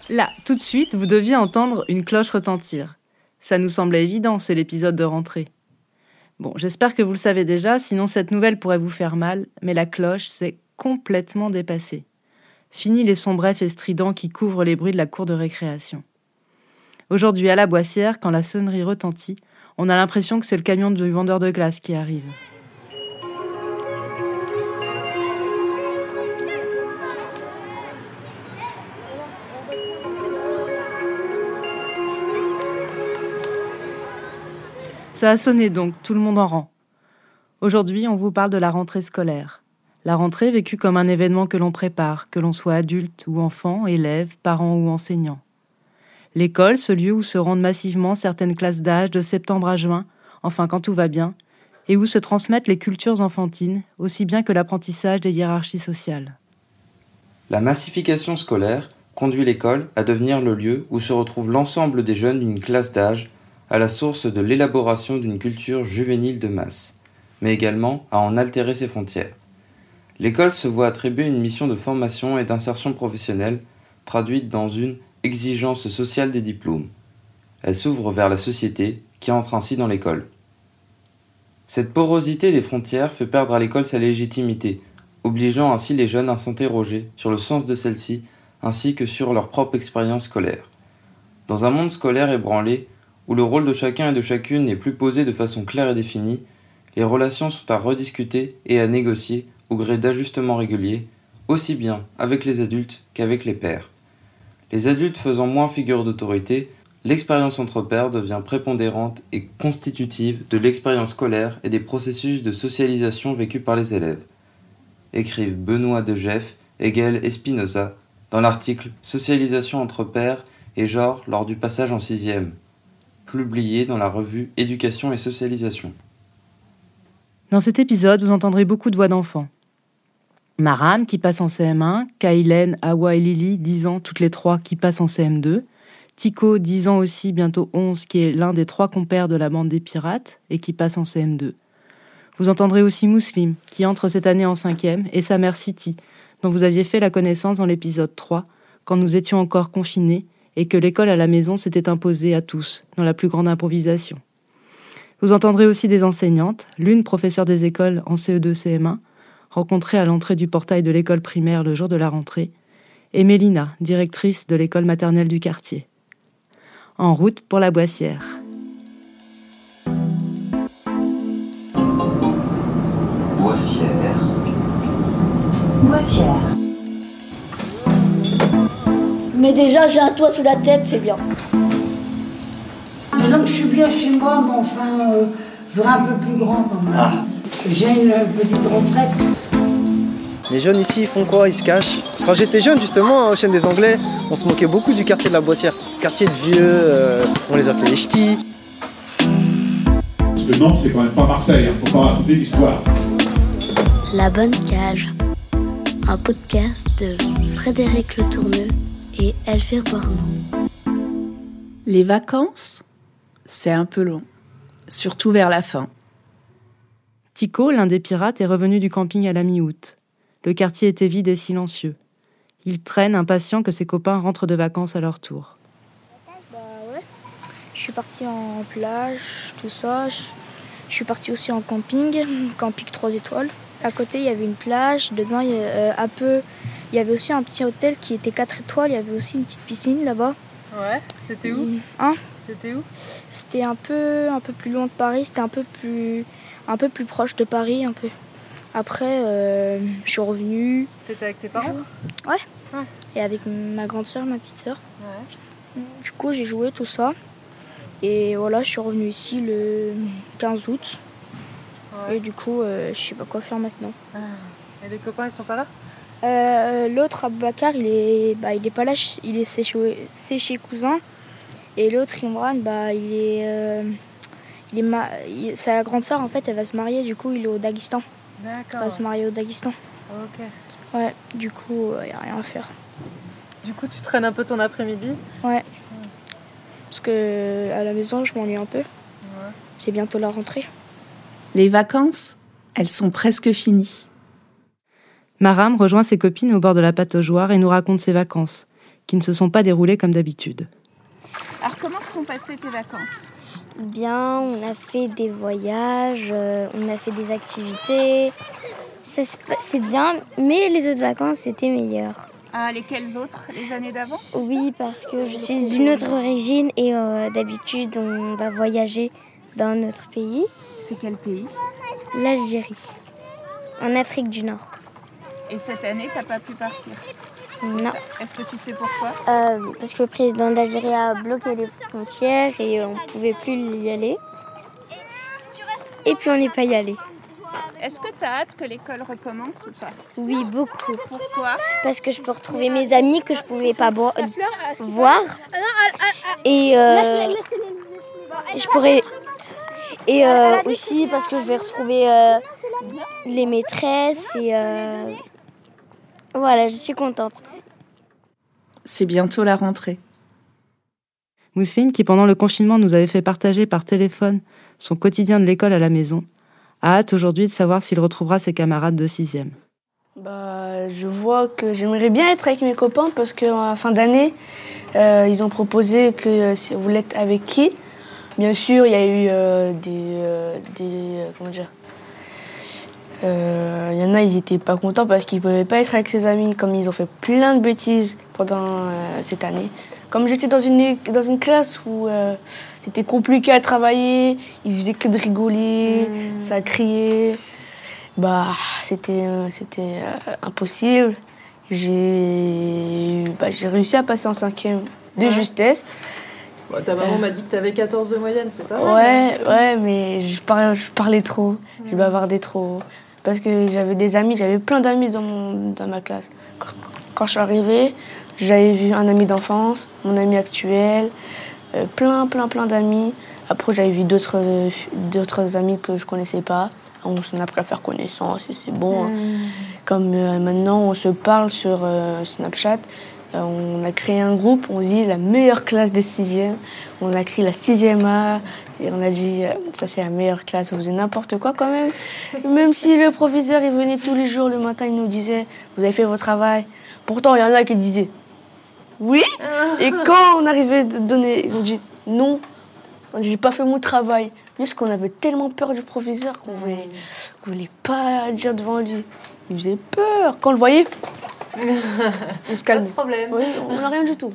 Là, tout de suite, vous deviez entendre une cloche retentir. Ça nous semblait évident, c'est l'épisode de rentrée. Bon, j'espère que vous le savez déjà, sinon cette nouvelle pourrait vous faire mal, mais la cloche s'est complètement dépassée. Fini les sons brefs et stridents qui couvrent les bruits de la cour de récréation. Aujourd'hui, à la Boissière, quand la sonnerie retentit, on a l'impression que c'est le camion du vendeur de glace qui arrive. Ça a sonné donc, tout le monde en rang. Aujourd'hui, on vous parle de la rentrée scolaire. La rentrée vécue comme un événement que l'on prépare, que l'on soit adulte ou enfant, élève, parent ou enseignant. L'école, ce lieu où se rendent massivement certaines classes d'âge de septembre à juin, enfin quand tout va bien, et où se transmettent les cultures enfantines, aussi bien que l'apprentissage des hiérarchies sociales. La massification scolaire conduit l'école à devenir le lieu où se retrouve l'ensemble des jeunes d'une classe d'âge, à la source de l'élaboration d'une culture juvénile de masse, mais également à en altérer ses frontières. L'école se voit attribuer une mission de formation et d'insertion professionnelle, traduite dans une exigence sociale des diplômes. Elle s'ouvre vers la société, qui entre ainsi dans l'école. Cette porosité des frontières fait perdre à l'école sa légitimité, obligeant ainsi les jeunes à s'interroger sur le sens de celle-ci, ainsi que sur leur propre expérience scolaire. Dans un monde scolaire ébranlé, où le rôle de chacun et de chacune n'est plus posé de façon claire et définie, les relations sont à rediscuter et à négocier au gré d'ajustements réguliers, aussi bien avec les adultes qu'avec les pairs. Les adultes faisant moins figure d'autorité, l'expérience entre pairs devient prépondérante et constitutive de l'expérience scolaire et des processus de socialisation vécus par les élèves. Écrivent Benoît de Geff, Hegel et Spinoza dans l'article « Socialisation entre pairs et genre lors du passage en 6e », publié dans la revue Éducation et Socialisation. Dans cet épisode, vous entendrez beaucoup de voix d'enfants. Maram, qui passe en CM1, Kailen, Awa et Lily, 10 ans, toutes les trois, qui passent en CM2, Tico, 10 ans aussi, bientôt 11, qui est l'un des 3 compères de la bande des pirates et qui passe en CM2. Vous entendrez aussi Mouslim, qui entre cette année en 5e, et sa mère Siti, dont vous aviez fait la connaissance dans l'épisode 3, quand nous étions encore confinés et que l'école à la maison s'était imposée à tous, dans la plus grande improvisation. Vous entendrez aussi des enseignantes, l'une professeure des écoles en CE2, CM1, rencontrée à l'entrée du portail de l'école primaire le jour de la rentrée, et Mélina, directrice de l'école maternelle du quartier. En route pour la Boissière. Boissière. Mais déjà, j'ai un toit sous la tête, c'est bien. Disons que je suis bien chez moi, mais enfin, je voudrais un peu plus grand quand même. Ah. J'ai une petite retraite. Les jeunes ici, ils font quoi? Ils se cachent. Quand j'étais jeune, justement, au Chêne des Anglais, on se moquait beaucoup du quartier de la Boissière. Quartier de vieux, on les appelait les ch'tis. Parce que Nantes, c'est quand même pas Marseille, faut pas raconter l'histoire. La Bonne Cage, un podcast de Frédéric Le Tourneux et Elvire Boirnon. Les vacances, c'est un peu long, surtout vers la fin. Tico, l'un des pirates, est revenu du camping à la mi-août. Le quartier était vide et silencieux. Il traîne, impatient que ses copains rentrent de vacances à leur tour. Ouais. Je suis partie en plage, tout ça. Je suis partie aussi en camping 3 étoiles. À côté, il y avait une plage. Dedans, il y avait aussi un petit hôtel qui était 4 étoiles. Il y avait aussi une petite piscine là-bas. Ouais, c'était où ? C'était où ? C'était un peu plus loin de Paris. C'était un peu plus proche de Paris, un peu. Après, je suis revenue. T'étais avec tes parents ? Ouais. Et avec ma grande sœur, ma petite sœur. Ouais. Du coup, j'ai joué tout ça. Et voilà, je suis revenue ici le 15 août. Ouais. Et du coup, je sais pas quoi faire maintenant. Et les copains, ils sont pas là ? L'autre, Aboubacar, il est pas là. Il est chez cousin. Et l'autre, Imran, sa grande sœur, en fait, elle va se marier. Du coup, il est au Daghestan. D'accord. Elle va se marier au Daghestan. Ok. Ouais, du coup, il n'y a rien à faire. Du coup, tu traînes un peu ton après-midi ? Ouais. Parce que à la maison, je m'ennuie un peu. Ouais. C'est bientôt la rentrée. Les vacances, elles sont presque finies. Maram rejoint ses copines au bord de la pataugeoire et nous raconte ses vacances, qui ne se sont pas déroulées comme d'habitude. Alors comment se sont passées tes vacances ? Bien, on a fait des voyages, on a fait des activités. Ça, c'est bien, mais les autres vacances, c'était meilleur. Ah, lesquelles autres ? Les années d'avant ? Oui, parce que je suis d'une autre origine et d'habitude, on va voyager dans notre pays. C'est quel pays ? L'Algérie, en Afrique du Nord. Et cette année, t'as pas pu partir ? Non. Est-ce que tu sais pourquoi ? Parce que le président d'Algérie a bloqué les frontières et on ne pouvait plus y aller. Et puis on n'est pas y allé. Est-ce que tu as hâte que l'école recommence ou pas ? Oui, beaucoup. Pourquoi ? Parce que je peux retrouver mes amis que je ne pouvais pas voir. Et je pourrais... Et aussi parce que je vais retrouver les maîtresses et... Voilà, je suis contente. C'est bientôt la rentrée. Mousseline, qui pendant le confinement nous avait fait partager par téléphone son quotidien de l'école à la maison, a hâte aujourd'hui de savoir s'il retrouvera ses camarades de 6e. Je vois que j'aimerais bien être avec mes copains parce qu'en fin d'année, ils ont proposé que si vous voulez être avec qui. Bien sûr, il y a eu comment dire. Il y en a, ils n'étaient pas contents parce qu'ils ne pouvaient pas être avec ses amis, comme ils ont fait plein de bêtises pendant cette année. Comme j'étais dans une classe où c'était compliqué à travailler, ils faisaient que de rigoler, ça criait. C'était impossible. J'ai réussi à passer en 5e de justesse. Bon, ta maman m'a dit que tu avais 14 de moyenne, c'est pas mal. Ouais, mais je parlais trop, je bavardais trop. Parce que j'avais plein d'amis dans ma classe. Quand je suis arrivée, j'avais vu un ami d'enfance, mon ami actuel, plein d'amis. Après, j'avais vu d'autres amis que je connaissais pas. On s'en a appris à faire connaissance et c'est bon. Comme maintenant, on se parle sur Snapchat. On a créé un groupe, on se dit la meilleure classe des 6e. On a créé la 6e A. Et on a dit, ça c'est la meilleure classe, vous faisiez n'importe quoi quand même. Même si le professeur il venait tous les jours le matin, il nous disait, vous avez fait votre travail. Pourtant, il y en a qui disaient, oui. Et quand on arrivait à donner, ils ont dit, non, j'ai pas fait mon travail. Juste qu'on avait tellement peur du professeur qu'on voulait pas dire devant lui. Il faisait peur. Quand on le voyait, on se calmait. Pas de problème. Oui, on n'a rien du tout.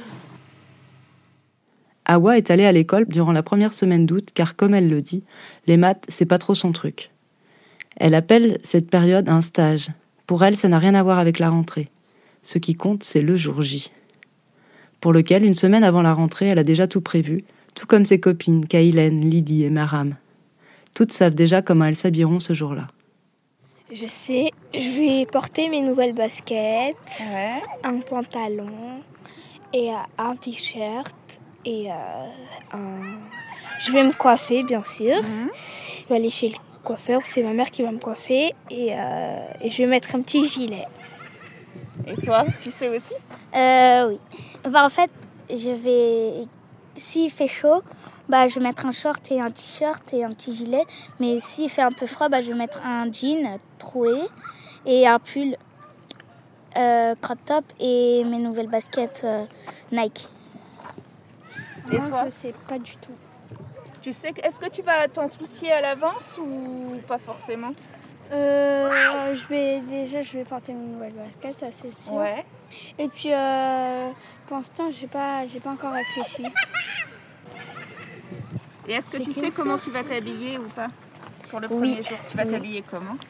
Awa est allée à l'école durant la première semaine d'août car, comme elle le dit, les maths, c'est pas trop son truc. Elle appelle cette période un stage. Pour elle, ça n'a rien à voir avec la rentrée. Ce qui compte, c'est le jour J. Pour lequel, une semaine avant la rentrée, elle a déjà tout prévu, tout comme ses copines, Kaïlen, Lydie et Maram. Toutes savent déjà comment elles s'habilleront ce jour-là. Je sais, je vais porter mes nouvelles baskets, un pantalon et un t-shirt. Et je vais me coiffer, bien sûr. Je vais aller chez le coiffeur, c'est ma mère qui va me coiffer. Et je vais mettre un petit gilet. Et toi, tu sais aussi ? Oui. En fait, s'il fait chaud, je vais mettre un short et un t-shirt et un petit gilet. Mais s'il fait un peu froid, je vais mettre un jean troué et un pull crop top et mes nouvelles baskets Nike. Et toi ? Je sais pas du tout. Tu sais, est-ce que tu vas t'en soucier à l'avance ou pas forcément ? Je vais porter mes nouvelles baskets, ça c'est sûr. Ouais. Et puis pour l'instant, j'ai pas encore réfléchi. Et est-ce que tu sais comment tu vas t'habiller ou pas ? Pour le premier jour, tu vas t'habiller comment ?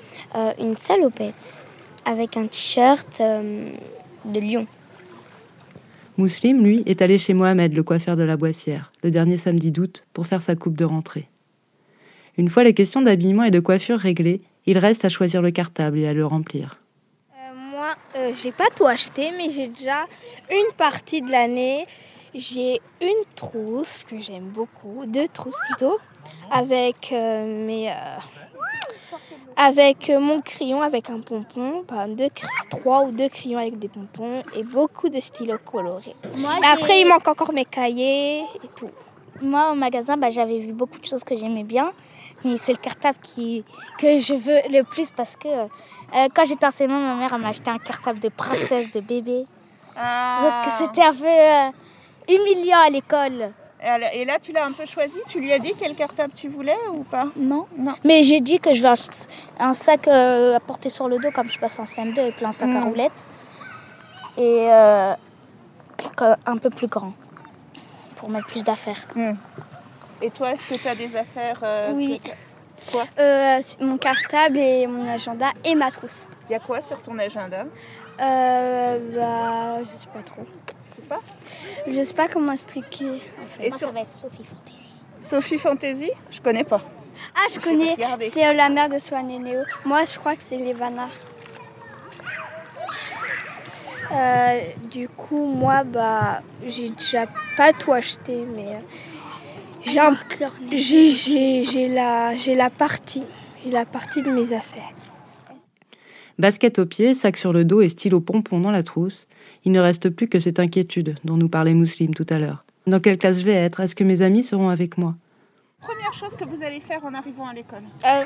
Une salopette avec un t-shirt de lion. Mousseline, lui, est allé chez Mohamed, le coiffeur de la Boissière, le dernier samedi d'août, pour faire sa coupe de rentrée. Une fois les questions d'habillement et de coiffure réglées, il reste à choisir le cartable et à le remplir. Moi, j'ai pas tout acheté, mais j'ai déjà une partie de l'année. J'ai une trousse que j'aime beaucoup, 2 trousses plutôt, avec avec mon crayon avec un pompon, 3 ou 2 crayons avec des pompons et beaucoup de stylos colorés. Après, il manque encore mes cahiers et tout. Moi, au magasin, j'avais vu beaucoup de choses que j'aimais bien, mais c'est le cartable que je veux le plus parce que quand j'étais en CM1, ma mère m'a acheté un cartable de princesse, de bébé. Donc c'était un peu humiliant à l'école. Et là, tu l'as un peu choisi? Tu lui as dit quel cartable tu voulais ou pas? Non. Mais j'ai dit que je veux un sac à porter sur le dos comme je passe en CM2 et plein sac à roulettes. Et un peu plus grand pour mettre plus d'affaires. Et toi, est-ce que tu as des affaires? Oui. Quoi? Mon cartable et mon agenda et ma trousse. Il y a quoi sur ton agenda? Je sais pas trop. Je sais pas comment expliquer. En fait. Et ça va être Sophie Fantasy. Sophie Fantasy? Je connais pas. Ah, je connais. C'est la mère de Swan et Néo. Moi, je crois que c'est Levana. Du coup, moi, j'ai déjà pas tout acheté, mais j'ai la partie de mes affaires. Basket aux pieds, sac sur le dos et stylo pompon dans la trousse, il ne reste plus que cette inquiétude dont nous parlait Mousseline tout à l'heure. Dans quelle classe je vais être? Est-ce que mes amis seront avec moi? Première chose que vous allez faire en arrivant à l'école?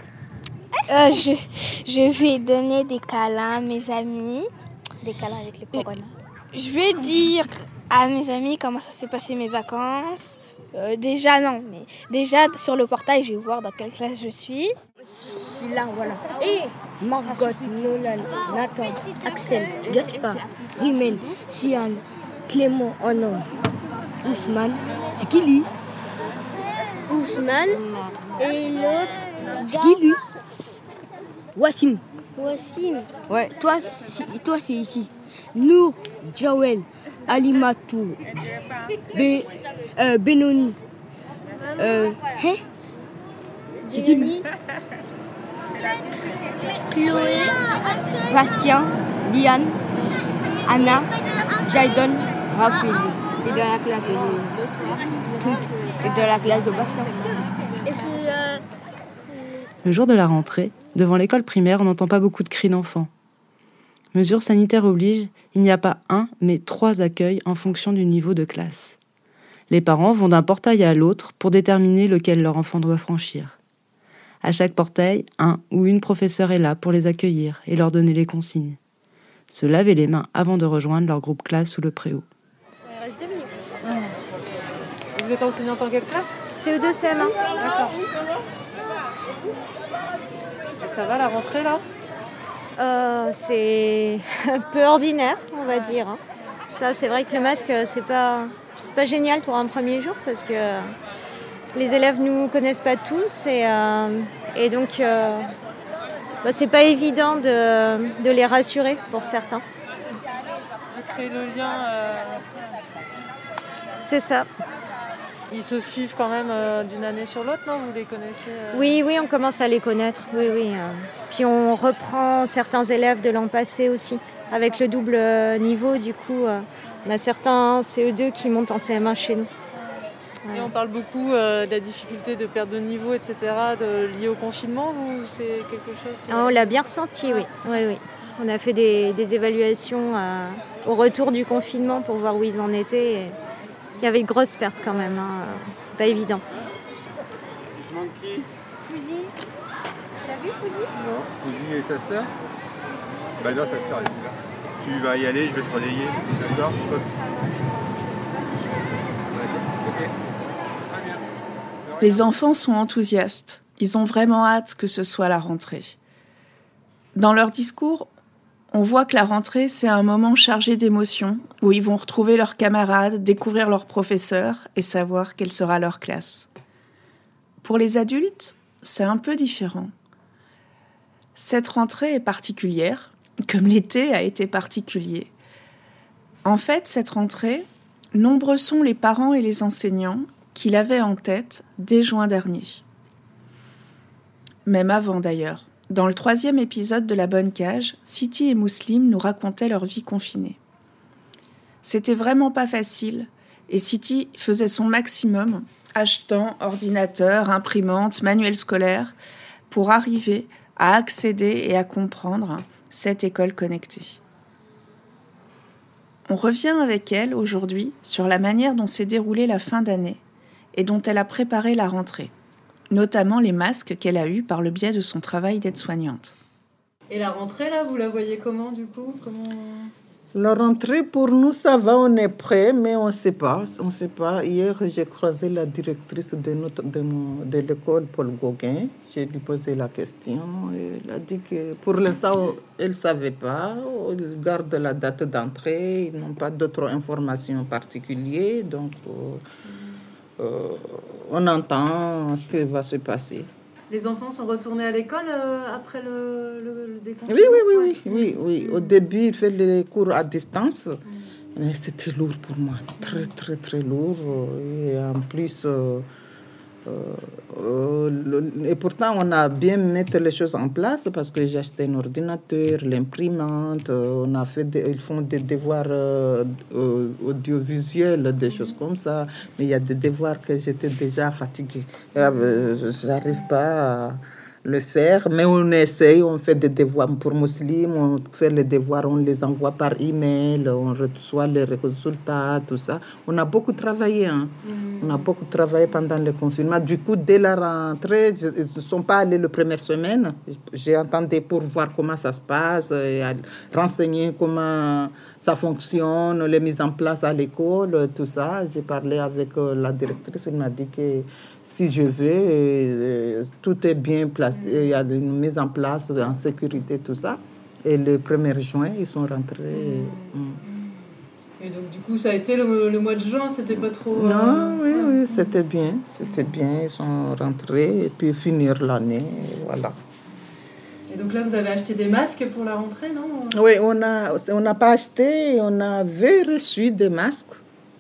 Je vais donner des câlins à mes amis. Des câlins avec le corona. Je vais dire à mes amis comment ça s'est passé mes vacances. Déjà sur le portail, je vais voir dans quelle classe je suis. Je suis là, voilà. Et Margot, Nolan, Nathan, Axel, Gaspard, Rimen, Sian, Clément, Onon, Ousmane. C'est qui lui? Ousmane. Et l'autre? C'est qui lui? Wassim. Ouais, toi c'est ici. Nour, Jawel, Alimatou, Benoni. C'est qui lui? Chloé, Bastien, Liane, Anna, Jaidon, Raphaël. T'es dans la classe de Bastien. Le jour de la rentrée, devant l'école primaire, on n'entend pas beaucoup de cris d'enfants. Mesures sanitaires oblige, il n'y a pas 1, mais 3 accueils en fonction du niveau de classe. Les parents vont d'un portail à l'autre pour déterminer lequel leur enfant doit franchir. À chaque portail, un ou une professeure est là pour les accueillir et leur donner les consignes. Se laver les mains avant de rejoindre leur groupe classe ou le préau. Il reste 2 minutes. Vous êtes enseignante en quelle classe? CE2, CM1. D'accord. Et ça va la rentrée là? C'est un peu ordinaire, on va dire. Ça, c'est vrai que le masque, c'est pas génial pour un premier jour parce que les élèves nous connaissent pas tous et donc c'est pas évident de les rassurer pour certains. De créer le lien. C'est ça. Ils se suivent quand même d'une année sur l'autre, non? Vous les connaissez? Oui, on commence à les connaître. Oui. Puis on reprend certains élèves de l'an passé aussi. Avec le double niveau, du coup, on a certains CE2 qui montent en CM1 chez nous. Et on parle beaucoup de la difficulté de perte de niveau, etc., liée au confinement, ou c'est quelque chose on l'a bien ressenti, oui. On a fait des évaluations au retour du confinement pour voir où ils en étaient. Et il y avait de grosses pertes quand même, pas évident. Fouzi. T'as vu Fouzi? Non, Fouzi et sa sœur. Bah non, ta sœur elle est là. Tu vas y aller, je vais te relayer, d'accord? Les enfants sont enthousiastes. Ils ont vraiment hâte que ce soit la rentrée. Dans leur discours, on voit que la rentrée, c'est un moment chargé d'émotions, où ils vont retrouver leurs camarades, découvrir leurs professeurs et savoir quelle sera leur classe. Pour les adultes, c'est un peu différent. Cette rentrée est particulière, comme l'été a été particulier. En fait, cette rentrée, nombreux sont les parents et les enseignants qui l'avaient en tête dès juin dernier. Même avant d'ailleurs. Dans le 3e épisode de La Bonne Cage, Siti et Mousseline nous racontaient leur vie confinée. C'était vraiment pas facile, et Siti faisait son maximum, achetant ordinateur, imprimante, manuel scolaire, pour arriver à accéder et à comprendre cette école connectée. On revient avec elle aujourd'hui sur la manière dont s'est déroulée la fin d'année et dont elle a préparé la rentrée, notamment les masques qu'elle a eus par le biais de son travail d'aide-soignante. Et la rentrée, là, vous la voyez comment, du coup? La rentrée, pour nous, ça va, on est prêt, mais on ne sait pas. Hier, j'ai croisé la directrice de l'école, Paul Gauguin. J'ai lui posé la question. Et elle a dit que pour l'instant, elle ne savait pas. Ils gardent la date d'entrée. Ils n'ont pas d'autres informations particulières. Donc, on entend ce qui va se passer. Les enfants sont retournés à l'école après le déconfinement? Oui. Au début, ils faisaient les cours à distance, mais c'était lourd pour moi, très, très, très lourd. Et en plus, et pourtant, on a bien mis les choses en place parce que j'ai acheté un ordinateur, l'imprimante, ils font des devoirs audiovisuels, des choses comme ça. Mais il y a des devoirs que j'étais déjà fatiguée. J'arrive pas à le faire, mais on essaye, on fait des devoirs pour musulmans, on fait les devoirs, on les envoie par email, on reçoit les résultats, tout ça. On a beaucoup travaillé, On a beaucoup travaillé pendant le confinement. Du coup, dès la rentrée, ils ne sont pas allés la première semaine. J'ai entendu pour voir comment ça se passe, et renseigner comment ça fonctionne, les mises en place à l'école, tout ça. J'ai parlé avec la directrice, elle m'a dit que si je veux, tout est bien placé, il y a une mise en place en sécurité, tout ça. Et le 1er juin, ils sont rentrés. Et donc, du coup, ça a été le mois de juin, c'était pas trop... Non, oui, c'était bien, ils sont rentrés, et puis finir l'année, voilà. Et donc là, vous avez acheté des masques pour la rentrée, non? Oui, on n'a pas acheté, on avait reçu des masques.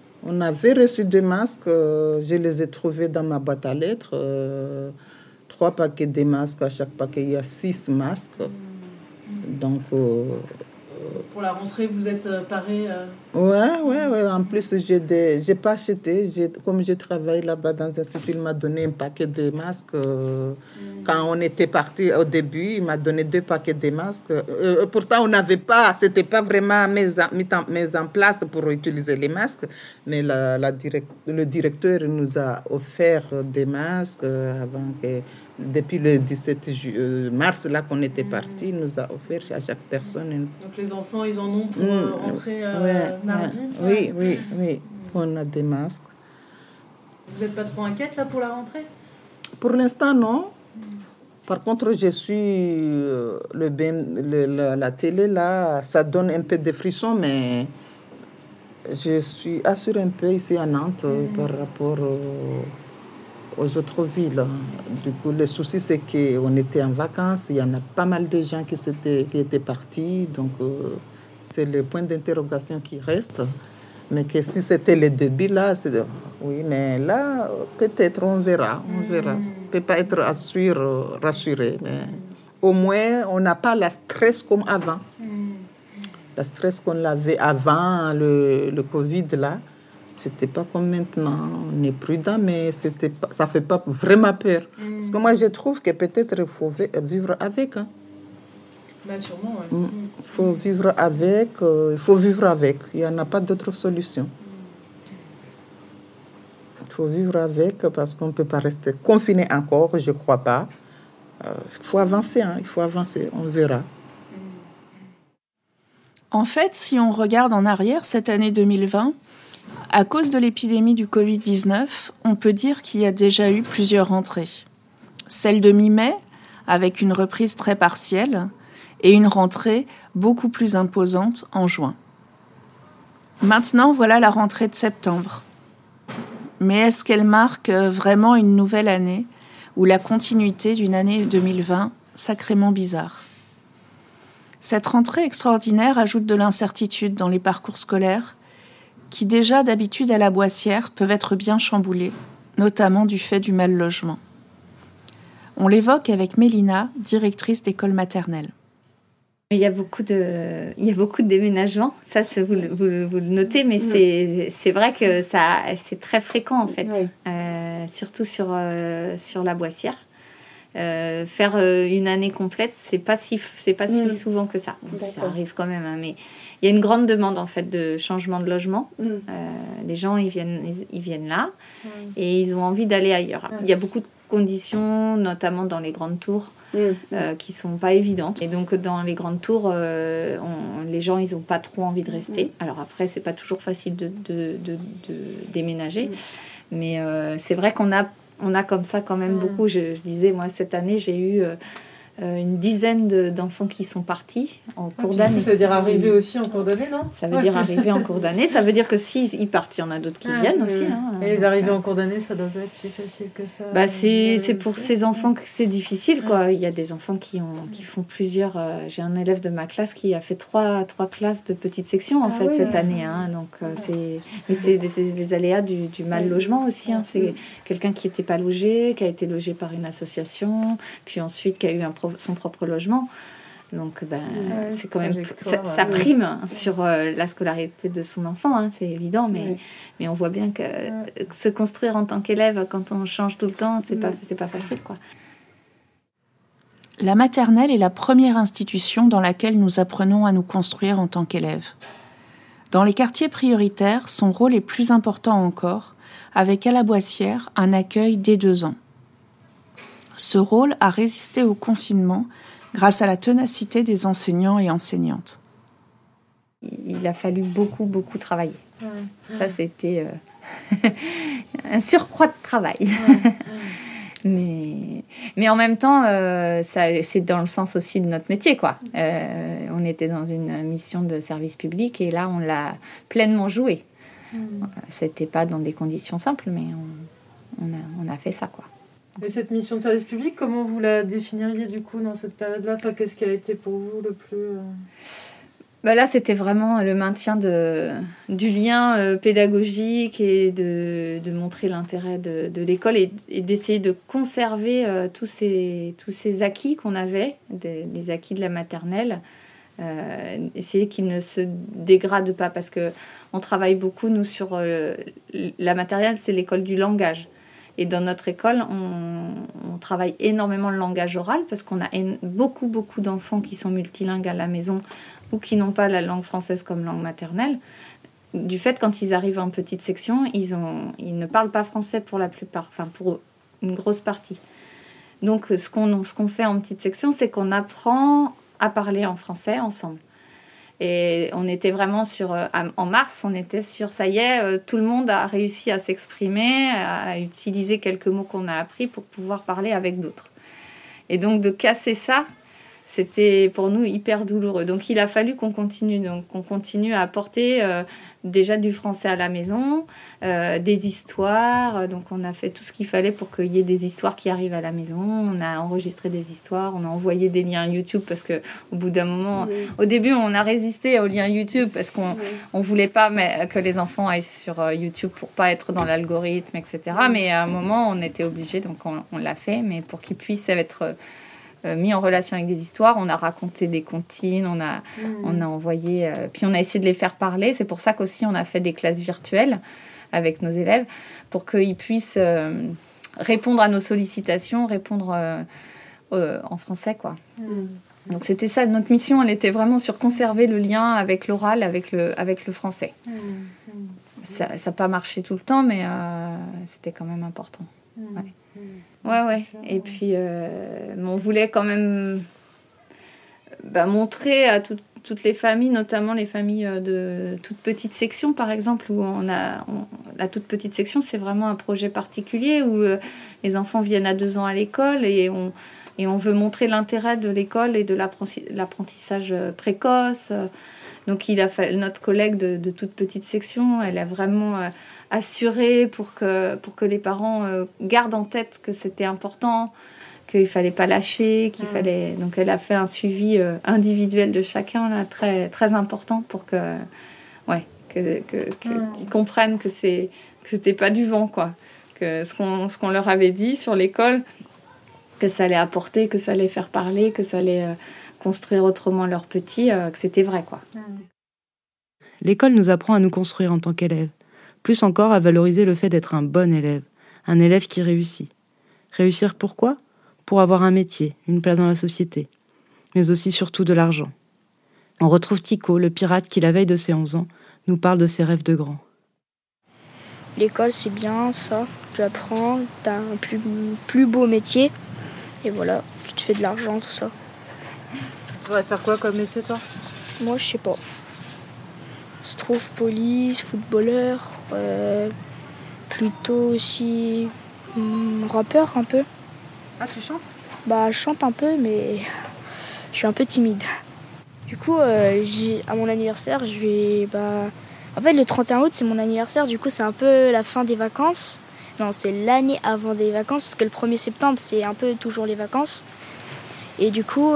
Je les ai trouvés dans ma boîte à lettres. 3 paquets de masques, à chaque paquet, il y a 6 masques. Donc... pour la rentrée, vous êtes parés Ouais. En plus, j'ai pas acheté. Comme je travaille là-bas dans l'institut, il m'a donné un paquet de masques. Quand on était parti au début, il m'a donné 2 paquets de masques. Pourtant, on n'avait pas, c'était pas vraiment mis en place pour utiliser les masques. Mais le directeur nous a offert des masques avant que... Depuis le 17 mars, là qu'on était parti, il nous a offert à chaque personne. Donc les enfants, ils en ont pour rentrer mardi? Oui, on a des masques. Vous n'êtes pas trop inquiète là pour la rentrée? Pour l'instant, non. Par contre, je suis... la télé, là, ça donne un peu de frissons, mais je suis assurée un peu ici à Nantes par rapport... aux autres villes. Du coup, le souci, c'est qu'on était en vacances, il y en a pas mal de gens qui étaient partis, donc c'est le point d'interrogation qui reste. Mais que si c'était le début, là, oui, mais là, peut-être, on verra. On ne peut pas être rassuré, mais au moins, on n'a pas la stress comme avant. La stress qu'on avait avant le Covid, là, c'était pas comme maintenant. On est prudent, mais ça fait pas vraiment peur. Parce que moi, je trouve que peut-être il faut vivre avec. Sûrement, ouais. Il faut vivre avec. Il n'y en a pas d'autre solution. Il faut vivre avec parce qu'on ne peut pas rester confiné encore, je ne crois pas. Il faut avancer, on verra. En fait, si on regarde en arrière, cette année 2020, à cause de l'épidémie du Covid-19, on peut dire qu'il y a déjà eu plusieurs rentrées. Celle de mi-mai, avec une reprise très partielle, et une rentrée beaucoup plus imposante en juin. Maintenant, voilà la rentrée de septembre. Mais est-ce qu'elle marque vraiment une nouvelle année ou la continuité d'une année 2020 sacrément bizarre? Cette rentrée extraordinaire ajoute de l'incertitude dans les parcours scolaires qui déjà d'habitude à la Boissière peuvent être bien chamboulés, notamment du fait du mal logement. On l'évoque avec Mélina, directrice d'école maternelle. Il y a beaucoup de déménagements, ça vous le notez, mais c'est vrai que c'est très fréquent en fait, surtout sur la Boissière. Faire une année complète, c'est pas si souvent que ça. Ça arrive quand même, hein, mais il y a une grande demande en fait de changement de logement. Les gens ils viennent là et ils ont envie d'aller ailleurs. Il y a beaucoup de conditions, notamment dans les grandes tours, qui sont pas évidentes. Et donc dans les grandes tours, les gens ils ont pas trop envie de rester. Alors après c'est pas toujours facile de déménager, mais c'est vrai qu'on a comme ça quand même beaucoup. Je disais, moi, cette année, j'ai eu une dizaine d'enfants qui sont partis en cours d'année. Ça veut dire arriver aussi en cours d'année, non ? Ça veut dire arriver en cours d'année. Ça veut dire que s'ils partent, il y en a d'autres qui viennent aussi. Hein. Et les arrivées en cours d'année, ça doit pas être si facile que ça. C'est pour ces enfants que c'est difficile, quoi. Il y a des enfants qui font plusieurs... j'ai un élève de ma classe qui a fait trois classes de petite section, en fait, cette année. Hein. Donc, c'est des aléas du mal logement aussi. Hein. C'est quelqu'un qui n'était pas logé, qui a été logé par une association, puis ensuite qui a eu son propre logement. Donc c'est quand même ça prime sur la scolarité de son enfant, hein, c'est évident, mais on voit bien que se construire en tant qu'élève quand on change tout le temps, c'est pas facile, quoi. La maternelle est la première institution dans laquelle nous apprenons à nous construire en tant qu'élèves. Dans les quartiers prioritaires, son rôle est plus important encore, avec à la Boissière un accueil dès 2 ans. Ce rôle a résisté au confinement grâce à la ténacité des enseignants et enseignantes. Il a fallu beaucoup travailler. Ça, c'était un surcroît de travail. Mais en même temps, c'est dans le sens aussi de notre métier, quoi. On était dans une mission de service public et là, on l'a pleinement joué. C'était pas dans des conditions simples, mais on a fait ça, quoi. Et cette mission de service public, comment vous la définiriez du coup dans cette période-là ? Qu'est-ce qui a été pour vous le plus... Là, c'était vraiment le maintien du lien pédagogique et de montrer l'intérêt de l'école et d'essayer de conserver tous ces acquis qu'on avait, les acquis de la maternelle, essayer qu'ils ne se dégradent pas parce qu'on travaille beaucoup, nous, sur la maternelle, c'est l'école du langage. Et dans notre école, on travaille énormément le langage oral parce qu'on a beaucoup d'enfants qui sont multilingues à la maison ou qui n'ont pas la langue française comme langue maternelle. Du fait, quand ils arrivent en petite section, ils ne parlent pas français pour la plupart, enfin pour une grosse partie. Donc ce qu'on fait en petite section, c'est qu'on apprend à parler en français ensemble. Et on était vraiment en mars, on était sur, ça y est, tout le monde a réussi à s'exprimer, à utiliser quelques mots qu'on a appris pour pouvoir parler avec d'autres. Et donc de casser ça, c'était pour nous hyper douloureux. Donc il a fallu qu'on continue à apporter déjà du français à la maison, des histoires. Donc on a fait tout ce qu'il fallait pour qu'il y ait des histoires qui arrivent à la maison. On a enregistré des histoires, on a envoyé des liens YouTube parce qu'au bout d'un moment, au début on a résisté aux liens YouTube parce qu'on voulait pas que les enfants aillent sur YouTube pour pas être dans l'algorithme, etc. Mais à un moment on était obligé, donc on l'a fait, mais pour qu'ils puissent être... mis en relation avec des histoires, on a raconté des comptines, on a envoyé, puis on a essayé de les faire parler. C'est pour ça qu'aussi on a fait des classes virtuelles avec nos élèves pour qu'ils puissent répondre à nos sollicitations, répondre en français, quoi. Donc c'était ça, notre mission, elle était vraiment sur conserver le lien avec l'oral, avec le français. Ça n'a pas marché tout le temps, mais c'était quand même important. Ouais. Et puis, on voulait quand même montrer à toutes les familles, notamment les familles de toute petite section, par exemple, où la toute petite section, c'est vraiment un projet particulier où les enfants viennent à 2 ans à l'école et on veut montrer l'intérêt de l'école et de l'apprentissage précoce. Donc, notre collègue de toute petite section, elle a vraiment... assurée pour que les parents gardent en tête que c'était important, qu'il ne fallait pas lâcher, Donc elle a fait un suivi individuel de chacun, là, très, très important pour qu'ils comprennent que c'était pas du vent, quoi. Que ce qu'on leur avait dit sur l'école, que ça allait apporter, que ça allait faire parler, que ça allait construire autrement leurs petits, que c'était vrai, quoi. L'école nous apprend à nous construire en tant qu'élèves. Plus encore à valoriser le fait d'être un bon élève, un élève qui réussit. Réussir pourquoi ? pour avoir un métier, une place dans la société, mais aussi surtout de l'argent. On retrouve Tico, le pirate qui, la veille de ses 11 ans, nous parle de ses rêves de grand. L'école, c'est bien, ça. Tu apprends, tu as un plus beau métier. Et voilà, tu te fais de l'argent, tout ça. Tu voudrais faire quoi comme métier, toi? Moi, je sais pas. Je trouve police, footballeur, plutôt aussi rappeur un peu. Ah, tu chantes? Bah, je chante un peu, mais je suis un peu timide. Du coup, à mon anniversaire, je vais... En fait, le 31 août, c'est mon anniversaire. Du coup, c'est un peu la fin des vacances. Non, c'est l'année avant des vacances, parce que le 1er septembre, c'est un peu toujours les vacances. Et du coup,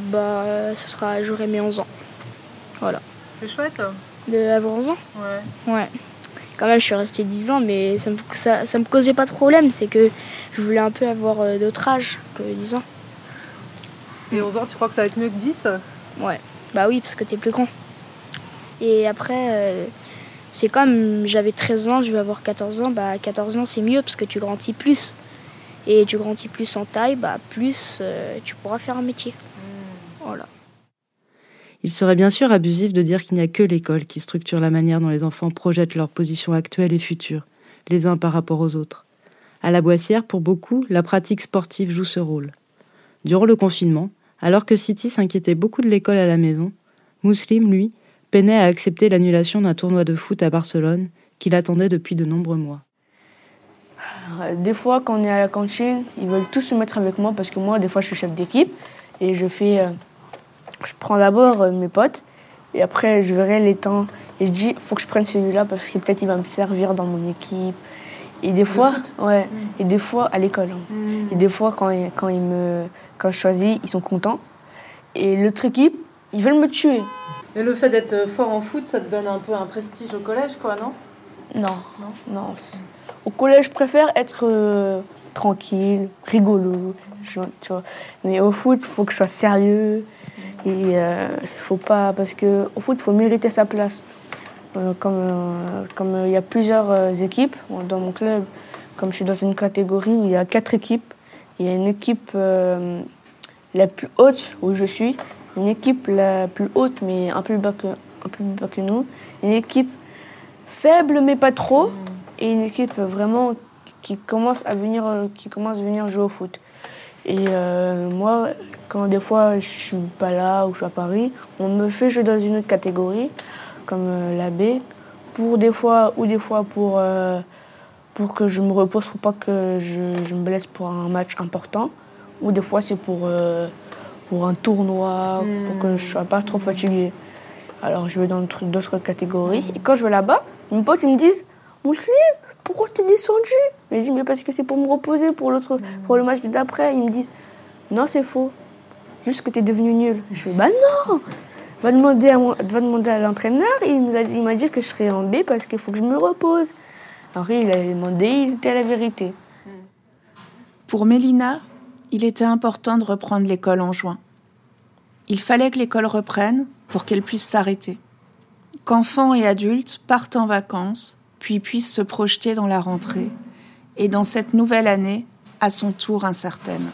j'aurai mes 11 ans. Voilà. C'est chouette. D'avoir 11 ans? Ouais. Ouais. Quand même, je suis restée 10 ans, mais ça me causait pas de problème. C'est que je voulais un peu avoir d'autre âge que 10 ans. Et 11 ans, tu crois que ça va être mieux que 10? Ouais. Bah oui, parce que t'es plus grand. Et après, c'est comme j'avais 13 ans, je vais avoir 14 ans. Bah 14 ans, c'est mieux parce que tu grandis plus. Et tu grandis plus en taille, plus tu pourras faire un métier. Voilà. Il serait bien sûr abusif de dire qu'il n'y a que l'école qui structure la manière dont les enfants projettent leur position actuelle et future, les uns par rapport aux autres. À la Boissière, pour beaucoup, la pratique sportive joue ce rôle. Durant le confinement, alors que Siti s'inquiétait beaucoup de l'école à la maison, Mousseline, lui, peinait à accepter l'annulation d'un tournoi de foot à Barcelone qu'il attendait depuis de nombreux mois. Des fois, quand on est à la cantine, ils veulent tous se mettre avec moi parce que moi, des fois, je suis chef d'équipe et je prends d'abord mes potes et après, je verrai les temps et je dis, il faut que je prenne celui-là parce que peut-être il va me servir dans mon équipe. Et des fois, et des fois à l'école. Et des fois, quand je choisis, ils sont contents. Et l'autre équipe, ils veulent me tuer. Et le fait d'être fort en foot, ça te donne un peu un prestige au collège, quoi, non? Non. Au collège, je préfère être tranquille, rigolo, tu vois. Mais au foot, il faut que je sois sérieux. Et faut pas... Parce qu'au foot, il faut mériter sa place. Comme il y a plusieurs équipes dans mon club, comme je suis dans une catégorie où il y a 4 équipes, il y a une équipe la plus haute où je suis, une équipe la plus haute mais un peu plus bas que nous, une équipe faible mais pas trop, et une équipe vraiment qui commence à venir jouer au foot. Et moi, quand des fois je suis pas là ou je suis à Paris, on me fait jouer dans une autre catégorie, comme la B, pour que je me repose, pour pas que je me blesse pour un match important, ou des fois c'est pour un tournoi, pour que je sois pas trop fatiguée. Alors je vais dans d'autres catégories, et quand je vais là-bas, mes potes ils me disent « Mousseline, pourquoi t'es descendu ?» Et je dis « Mais parce que c'est pour me reposer pour le match d'après. » Ils me disent « Non, c'est faux, juste que t'es devenu nul. » Je fais « Bah non, va demander à l'entraîneur. » Il m'a dit que je serais en B parce qu'il faut que je me repose. Alors il a demandé, il était à la vérité. Pour Mélina, il était important de reprendre l'école en juin. Il fallait que l'école reprenne pour qu'elle puisse s'arrêter. Qu'enfants et adultes partent en vacances, puis puissent se projeter dans la rentrée et dans cette nouvelle année, à son tour incertaine.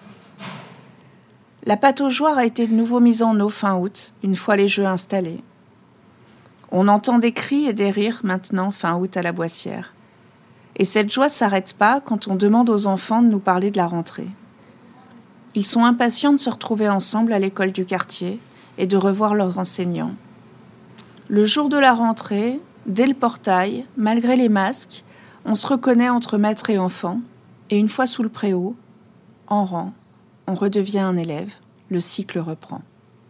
La pataugeoire a été de nouveau mise en eau fin août, une fois les jeux installés. On entend des cris et des rires maintenant fin août à la Boissière. Et cette joie ne s'arrête pas quand on demande aux enfants de nous parler de la rentrée. Ils sont impatients de se retrouver ensemble à l'école du quartier et de revoir leurs enseignants. Le jour de la rentrée, dès le portail, malgré les masques, on se reconnaît entre maîtres et enfants, et une fois sous le préau, en rang, on redevient un élève, le cycle reprend.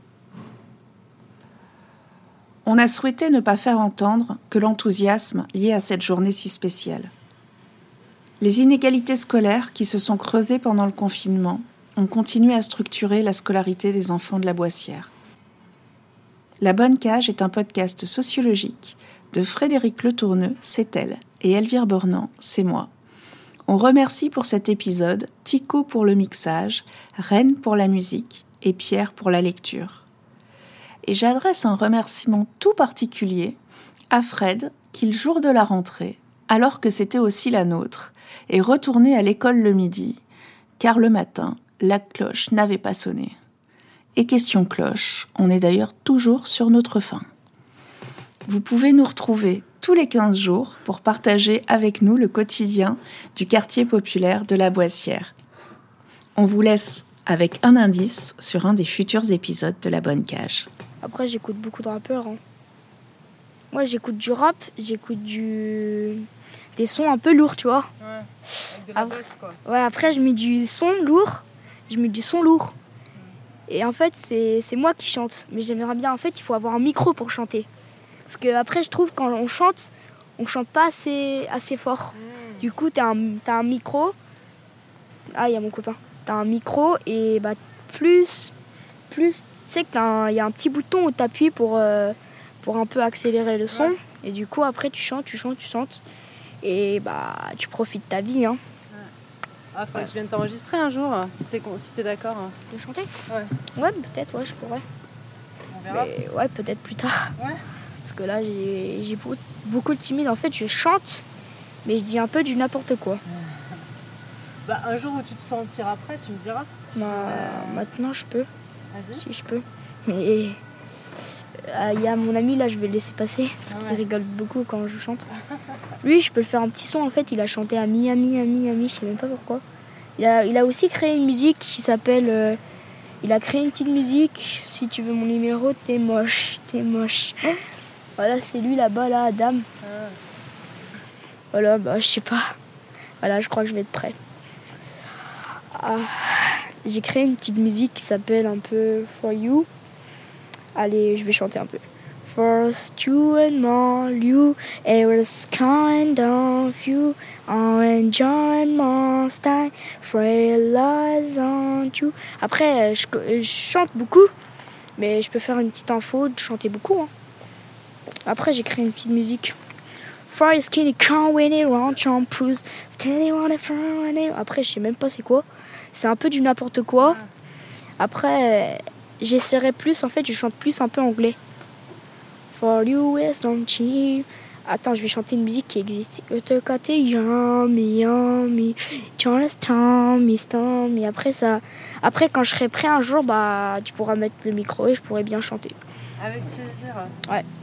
On a souhaité ne pas faire entendre que l'enthousiasme lié à cette journée si spéciale. Les inégalités scolaires qui se sont creusées pendant le confinement ont continué à structurer la scolarité des enfants de la Boissière. La Bonne Cage est un podcast sociologique de Frédéric Letourneux, c'est elle, et Elvire Bornand, c'est moi. On remercie pour cet épisode Tico pour le mixage, Reine pour la musique et Pierre pour la lecture. Et j'adresse un remerciement tout particulier à Fred qui, le jour de la rentrée, alors que c'était aussi la nôtre, est retourné à l'école le midi, car le matin, la cloche n'avait pas sonné. Et question cloche, on est d'ailleurs toujours sur notre faim. Vous pouvez nous retrouver tous les 15 jours pour partager avec nous le quotidien du quartier populaire de la Boissière. On vous laisse avec un indice sur un des futurs épisodes de La Bonne Cage. Après, j'écoute beaucoup de rappeurs. Moi, j'écoute du rap, j'écoute des sons un peu lourds, tu vois. Ouais, avec de la basse, quoi. Ouais, après, je mets du son lourd. Et en fait, c'est moi qui chante. Mais j'aimerais bien, en fait, il faut avoir un micro pour chanter. Parce que après, je trouve quand on chante pas assez fort. Du coup, t'as un micro. Ah, il y a mon copain. T'as un micro et bah plus tu sais qu'il y a un petit bouton où t'appuies pour un peu accélérer le son. Ouais. Et du coup, après, tu chantes. Et bah, tu profites de ta vie. Hein. Ah, faudrait que je vienne t'enregistrer un jour, si t'es d'accord. De chanter ? Ouais. Ouais, peut-être, ouais, je pourrais. On verra. Mais ouais, peut-être plus tard. Ouais. Parce que là, j'ai beaucoup de timide. En fait, je chante, mais je dis un peu du n'importe quoi. Bah, un jour où tu te sentiras prêt, tu me diras. Bah, maintenant, je peux. Vas-y. Si, je peux. Mais il y a mon ami, là, je vais le laisser passer. Parce qu'il rigole beaucoup quand je chante. Lui, je peux le faire un petit son. En fait, il a chanté à Miami. Je sais même pas pourquoi. Il a aussi créé une musique qui s'appelle... il a créé une petite musique. Si tu veux mon numéro, t'es moche. Voilà, c'est lui là-bas, là, Adam. Voilà, bah, je sais pas. Voilà, je crois que je vais être prêt. J'ai créé une petite musique qui s'appelle un peu For You. Allez, je vais chanter un peu. First you and all you, it was kind of you. I enjoy most time, frail lies on you. Après, je chante beaucoup, mais je peux faire une petite info de chanter beaucoup. Hein. Après, j'ai créé une petite musique. For your skinny can't win it round Tom Cruise, standing on the front. Après, je sais même pas c'est quoi. C'est un peu du n'importe quoi. Après, j'essaierai plus, en fait, je chante plus un peu anglais. For you is don't cheap. Attends, je vais chanter une musique qui existe. Te côté yummy, just Tommy. Après, quand je serai prêt un jour, bah, tu pourras mettre le micro et je pourrai bien chanter. Avec plaisir. Ouais.